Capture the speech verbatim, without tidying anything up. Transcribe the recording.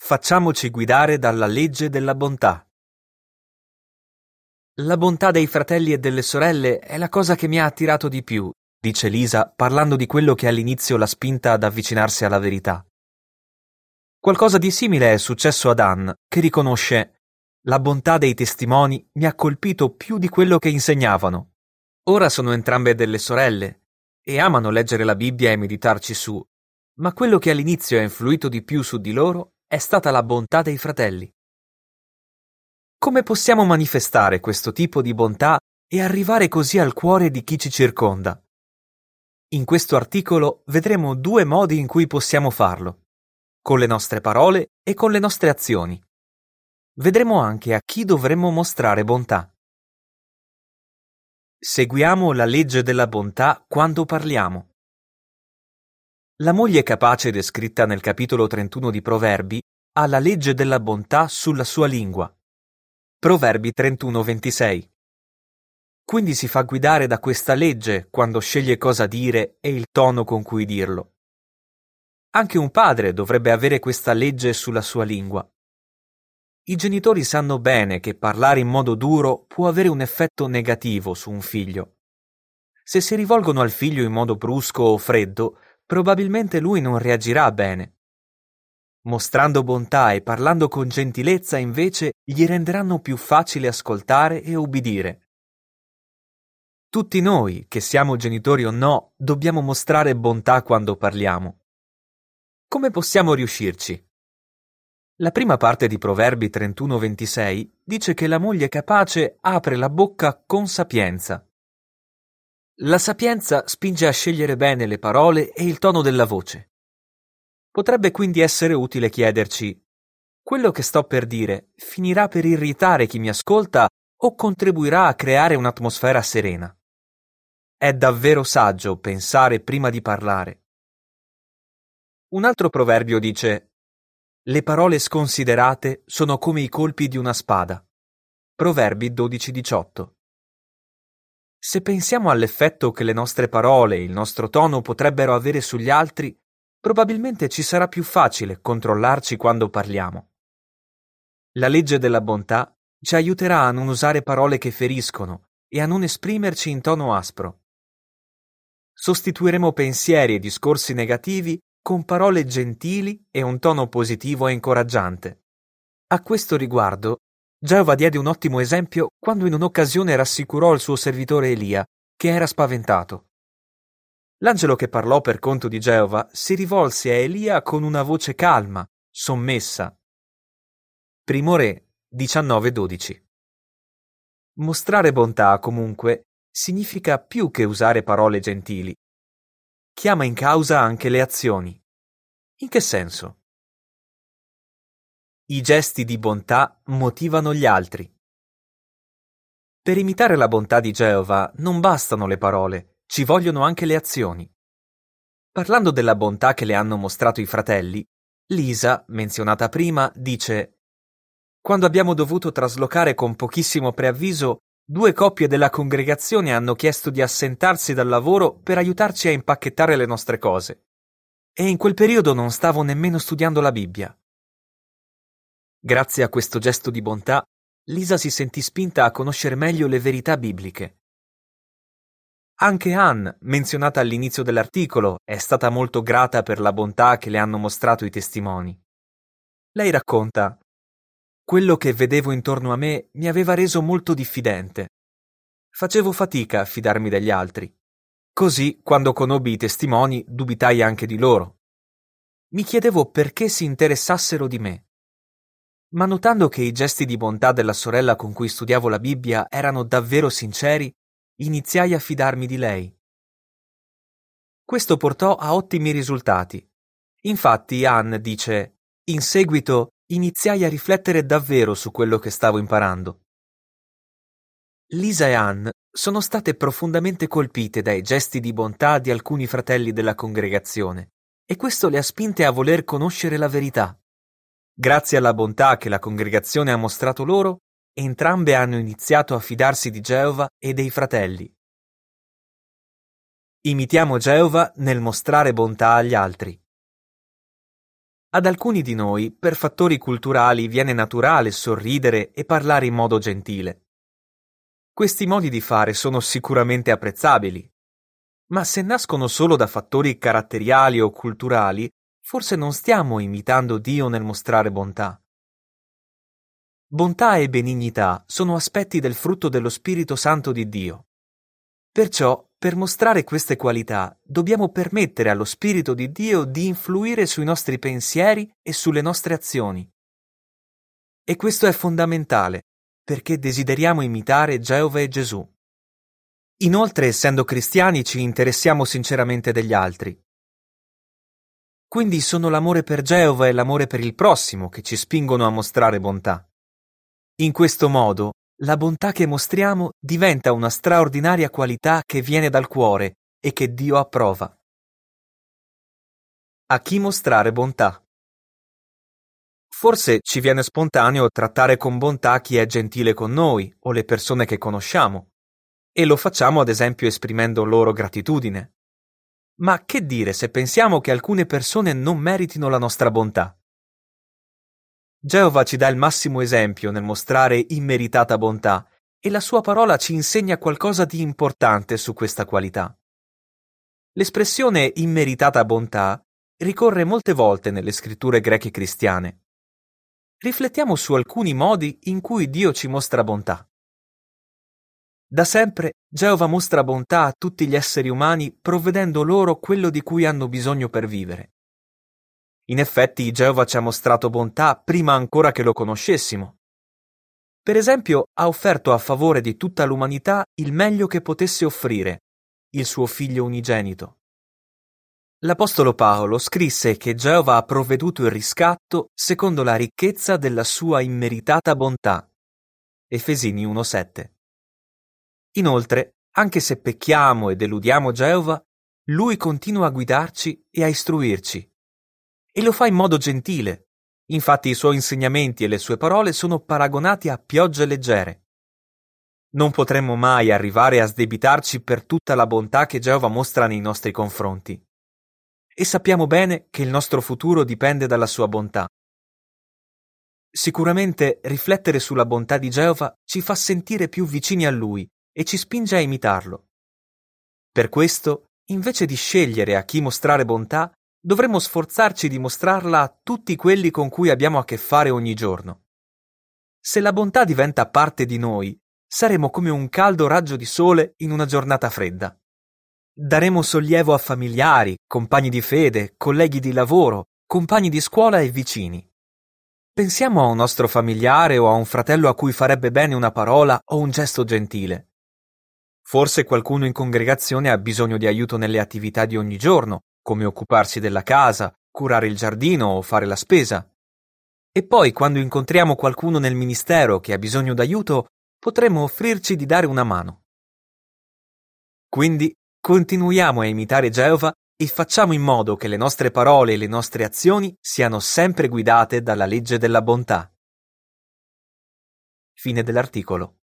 Facciamoci guidare dalla legge della bontà. La bontà dei fratelli e delle sorelle è la cosa che mi ha attirato di più, dice Lisa, parlando di quello che all'inizio l'ha spinta ad avvicinarsi alla verità. Qualcosa di simile è successo ad Ann, che riconosce: la bontà dei testimoni mi ha colpito più di quello che insegnavano. Ora sono entrambe delle sorelle e amano leggere la Bibbia e meditarci su, ma quello che all'inizio ha influito di più su di loro è stata la bontà dei fratelli. Come possiamo manifestare questo tipo di bontà e arrivare così al cuore di chi ci circonda? In questo articolo vedremo due modi in cui possiamo farlo: con le nostre parole e con le nostre azioni. Vedremo anche a chi dovremmo mostrare bontà. Seguiamo la legge della bontà quando parliamo. La moglie capace descritta nel capitolo trentuno di Proverbi ha la legge della bontà sulla sua lingua. Proverbi trentuno ventisei. Quindi si fa guidare da questa legge quando sceglie cosa dire e il tono con cui dirlo. Anche un padre dovrebbe avere questa legge sulla sua lingua. I genitori sanno bene che parlare in modo duro può avere un effetto negativo su un figlio. Se si rivolgono al figlio in modo brusco o freddo, probabilmente lui non reagirà bene. Mostrando bontà e parlando con gentilezza, invece, gli renderanno più facile ascoltare e ubbidire. Tutti noi, che siamo genitori o no, dobbiamo mostrare bontà quando parliamo. Come possiamo riuscirci? La prima parte di Proverbi trentuno ventisei dice che la moglie capace apre la bocca con sapienza. La sapienza spinge a scegliere bene le parole e il tono della voce. Potrebbe quindi essere utile chiederci: quello che sto per dire finirà per irritare chi mi ascolta o contribuirà a creare un'atmosfera serena? È davvero saggio pensare prima di parlare. Un altro proverbio dice: le parole sconsiderate sono come i colpi di una spada. Proverbi dodici diciotto. Se pensiamo all'effetto che le nostre parole e il nostro tono potrebbero avere sugli altri, probabilmente ci sarà più facile controllarci quando parliamo. La legge della bontà ci aiuterà a non usare parole che feriscono e a non esprimerci in tono aspro. Sostituiremo pensieri e discorsi negativi con parole gentili e un tono positivo e incoraggiante. A questo riguardo, Geova diede un ottimo esempio quando in un'occasione rassicurò il suo servitore Elia, che era spaventato. L'angelo che parlò per conto di Geova si rivolse a Elia con una voce calma, sommessa. Primo Re diciannove dodici. Mostrare bontà, comunque, significa più che usare parole gentili. Chiama in causa anche le azioni. In che senso? I gesti di bontà motivano gli altri. Per imitare la bontà di Geova non bastano le parole, ci vogliono anche le azioni. Parlando della bontà che le hanno mostrato i fratelli, Lisa, menzionata prima, dice: quando abbiamo dovuto traslocare con pochissimo preavviso, due coppie della congregazione hanno chiesto di assentarsi dal lavoro per aiutarci a impacchettare le nostre cose. E in quel periodo non stavo nemmeno studiando la Bibbia. Grazie a questo gesto di bontà, Lisa si sentì spinta a conoscere meglio le verità bibliche. Anche Ann, menzionata all'inizio dell'articolo, è stata molto grata per la bontà che le hanno mostrato i testimoni. Lei racconta: quello che vedevo intorno a me mi aveva reso molto diffidente. Facevo fatica a fidarmi degli altri. Così, quando conobbi i testimoni, dubitai anche di loro. Mi chiedevo perché si interessassero di me. Ma notando che i gesti di bontà della sorella con cui studiavo la Bibbia erano davvero sinceri, iniziai a fidarmi di lei. Questo portò a ottimi risultati. Infatti Ann dice: in seguito iniziai a riflettere davvero su quello che stavo imparando. Lisa e Ann sono state profondamente colpite dai gesti di bontà di alcuni fratelli della congregazione e questo le ha spinte a voler conoscere la verità. Grazie alla bontà che la congregazione ha mostrato loro, entrambe hanno iniziato a fidarsi di Geova e dei fratelli. Imitiamo Geova nel mostrare bontà agli altri. Ad alcuni di noi, per fattori culturali, viene naturale sorridere e parlare in modo gentile. Questi modi di fare sono sicuramente apprezzabili, ma se nascono solo da fattori caratteriali o culturali, forse non stiamo imitando Dio nel mostrare bontà. Bontà e benignità sono aspetti del frutto dello Spirito Santo di Dio. Perciò, per mostrare queste qualità, dobbiamo permettere allo Spirito di Dio di influire sui nostri pensieri e sulle nostre azioni. E questo è fondamentale, perché desideriamo imitare Geova e Gesù. Inoltre, essendo cristiani, ci interessiamo sinceramente degli altri. Quindi sono l'amore per Geova e l'amore per il prossimo che ci spingono a mostrare bontà. In questo modo, la bontà che mostriamo diventa una straordinaria qualità che viene dal cuore e che Dio approva. A chi mostrare bontà? Forse ci viene spontaneo trattare con bontà chi è gentile con noi o le persone che conosciamo, e lo facciamo ad esempio esprimendo loro gratitudine. Ma che dire se pensiamo che alcune persone non meritino la nostra bontà? Geova ci dà il massimo esempio nel mostrare immeritata bontà e la sua parola ci insegna qualcosa di importante su questa qualità. L'espressione immeritata bontà ricorre molte volte nelle scritture greche cristiane. Riflettiamo su alcuni modi in cui Dio ci mostra bontà. Da sempre Geova mostra bontà a tutti gli esseri umani provvedendo loro quello di cui hanno bisogno per vivere. In effetti Geova ci ha mostrato bontà prima ancora che lo conoscessimo. Per esempio, ha offerto a favore di tutta l'umanità il meglio che potesse offrire, il suo figlio unigenito. L'Apostolo Paolo scrisse che Geova ha provveduto il riscatto secondo la ricchezza della sua immeritata bontà. Efesini uno sette. Inoltre, anche se pecchiamo e deludiamo Geova, Lui continua a guidarci e a istruirci. E lo fa in modo gentile. Infatti i suoi insegnamenti e le sue parole sono paragonati a piogge leggere. Non potremmo mai arrivare a sdebitarci per tutta la bontà che Geova mostra nei nostri confronti. E sappiamo bene che il nostro futuro dipende dalla sua bontà. Sicuramente riflettere sulla bontà di Geova ci fa sentire più vicini a Lui e ci spinge a imitarlo. Per questo, invece di scegliere a chi mostrare bontà, dovremmo sforzarci di mostrarla a tutti quelli con cui abbiamo a che fare ogni giorno. Se la bontà diventa parte di noi, saremo come un caldo raggio di sole in una giornata fredda. Daremo sollievo a familiari, compagni di fede, colleghi di lavoro, compagni di scuola e vicini. Pensiamo a un nostro familiare o a un fratello a cui farebbe bene una parola o un gesto gentile. Forse qualcuno in congregazione ha bisogno di aiuto nelle attività di ogni giorno, come occuparsi della casa, curare il giardino o fare la spesa. E poi, quando incontriamo qualcuno nel ministero che ha bisogno d'aiuto, potremmo offrirci di dare una mano. Quindi, continuiamo a imitare Geova e facciamo in modo che le nostre parole e le nostre azioni siano sempre guidate dalla legge della bontà. Fine dell'articolo.